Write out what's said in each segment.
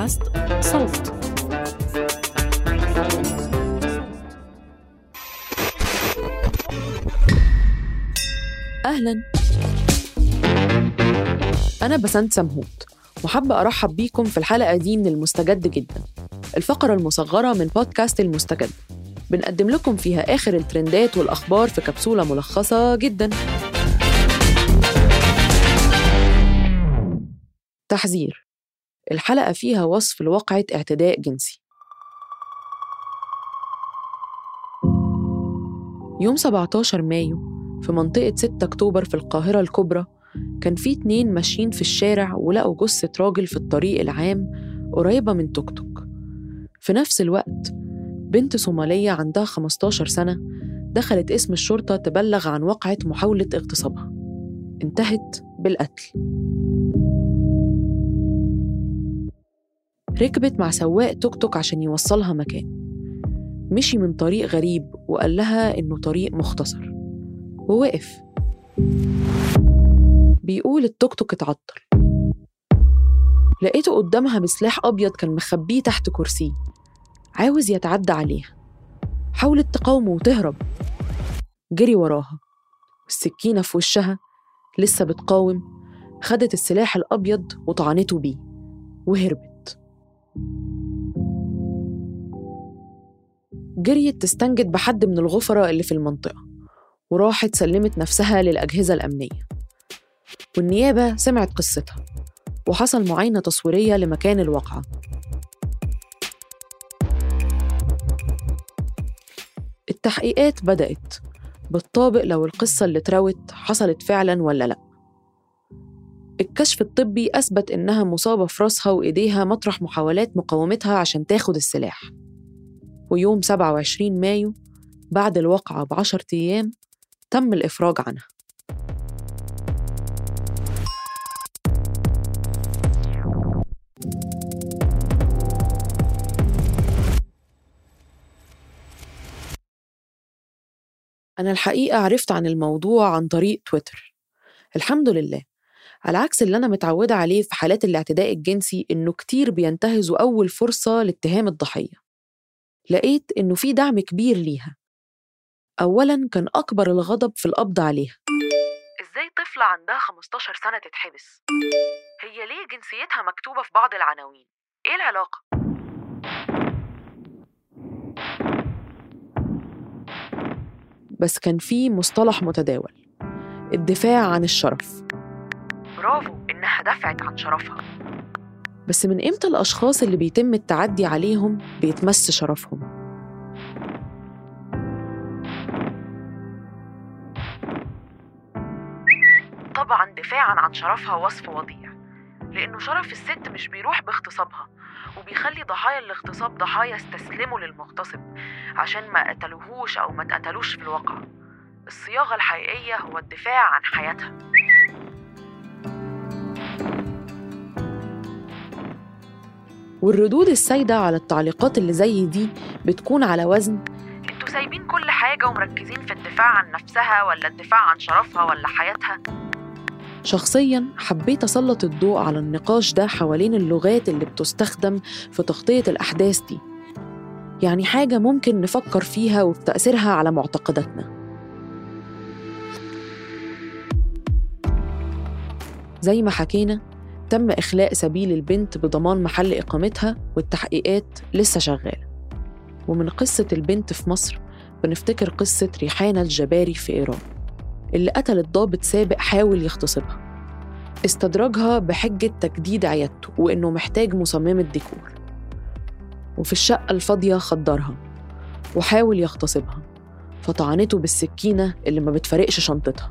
بودكاست صوت. أهلاً، أنا بسنت سمهوت وحابة أرحب بيكم في الحلقة دي من المستجد جداً، الفقرة المصغرة من بودكاست المستجد. بنقدم لكم فيها آخر الترندات والأخبار في كبسولة ملخصة جداً. تحذير: الحلقة فيها وصف لواقعة اعتداء جنسي. يوم 17 مايو في منطقة 6 أكتوبر في القاهرة الكبرى، كان في 2 ماشيين في الشارع ولقوا جثة راجل في الطريق العام قريبة من توك توك. في نفس الوقت بنت صومالية عندها 15 سنة دخلت اسم الشرطة تبلغ عن وقعة محاولة اغتصابها انتهت بالقتل. ركبت مع سواق توك توك عشان يوصلها مكان، مشي من طريق غريب وقال لها إنه طريق مختصر ووقف. بيقول التوك توك اتعطل، لقيته قدامها بسلاح أبيض كان مخبيه تحت كرسي عاوز يتعدى عليها. حاولت تقاومه وتهرب، جري وراها والسكينة في وشها، لسه بتقاوم خدت السلاح الأبيض وطعنته بيه وهربت. جريت تستنجد بحد من الغفرة اللي في المنطقة وراحت سلمت نفسها للأجهزة الأمنية، والنيابة سمعت قصتها وحصل معاينة تصويرية لمكان الواقعة. التحقيقات بدأت بالطابق لو القصة اللي اتروت حصلت فعلاً ولا لأ. الكشف الطبي أثبت إنها مصابة في راسها وإيديها مطرح محاولات مقاومتها عشان تاخد السلاح. ويوم 27 مايو بعد الواقعة ب10 أيام تم الإفراج عنها. أنا الحقيقة عرفت عن الموضوع عن طريق تويتر، الحمد لله، على عكس اللي أنا متعودة عليه في حالات الاعتداء الجنسي إنه كتير بينتهزوا أول فرصة لاتهام الضحية. لقيت إنه في دعم كبير ليها. أولاً كان أكبر الغضب في القبض عليها. إزاي طفلة عندها 15 سنة تتحبس؟ هي ليه جنسيتها مكتوبة في بعض العناوين؟ إيه العلاقة؟ بس كان في مصطلح متداول: الدفاع عن الشرف. برافو إنها دفعت عن شرفها، بس من إمتى الأشخاص اللي بيتم التعدي عليهم بيتمس شرفهم؟ طبعاً دفاعاً عن شرفها وصف وضيع، لأنه شرف الست مش بيروح باغتصابها، وبيخلي ضحايا الاغتصاب ضحايا استسلموا للمغتصب عشان ما قتلوهوش أو ما اتقتلوش في الواقع. الصياغة الحقيقية هو الدفاع عن حياتها. والردود السائدة على التعليقات اللي زي دي بتكون على وزن: انتوا سايبين كل حاجة ومركزين في الدفاع عن نفسها ولا الدفاع عن شرفها ولا حياتها؟ شخصياً حبيت أسلط الضوء على النقاش ده حوالين اللغات اللي بتستخدم في تغطية الأحداث دي، يعني حاجة ممكن نفكر فيها وفي تأثيرها على معتقداتنا. زي ما حكينا، تم إخلاء سبيل البنت بضمان محل إقامتها والتحقيقات لسه شغالة. ومن قصة البنت في مصر بنفتكر قصة ريحانة الجباري في إيران اللي قتلت ضابط سابق حاول يغتصبها، استدرجها بحجة تجديد عيادته وإنه محتاج مصممة ديكور، وفي الشقة الفاضية خدرها وحاول يغتصبها فطعنته بالسكينة اللي ما بتفرقش شنطتها.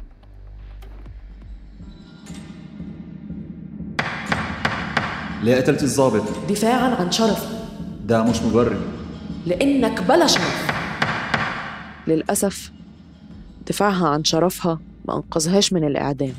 ليه قتلت الضابط؟ دفاعاً عن شرفي. ده مش مبرر. لأنك بلا شرف. للأسف دفاعها عن شرفها ما أنقذهاش من الإعدام.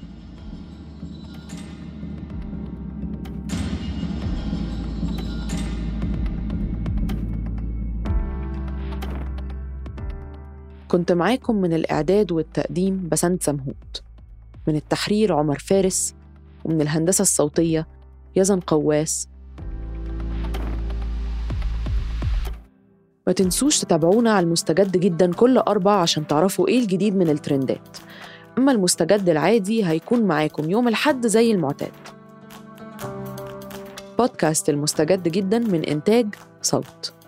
كنت معاكم من الإعداد والتقديم بسنت سمهوت، من التحرير عمر فارس، ومن الهندسة الصوتية يزن قواس ما تنسوش تتابعونا على المستجد جدا كل 4 عشان تعرفوا إيه الجديد من الترندات. أما المستجد العادي هيكون معاكم يوم الأحد زي المعتاد. بودكاست المستجد جدا من إنتاج صوت.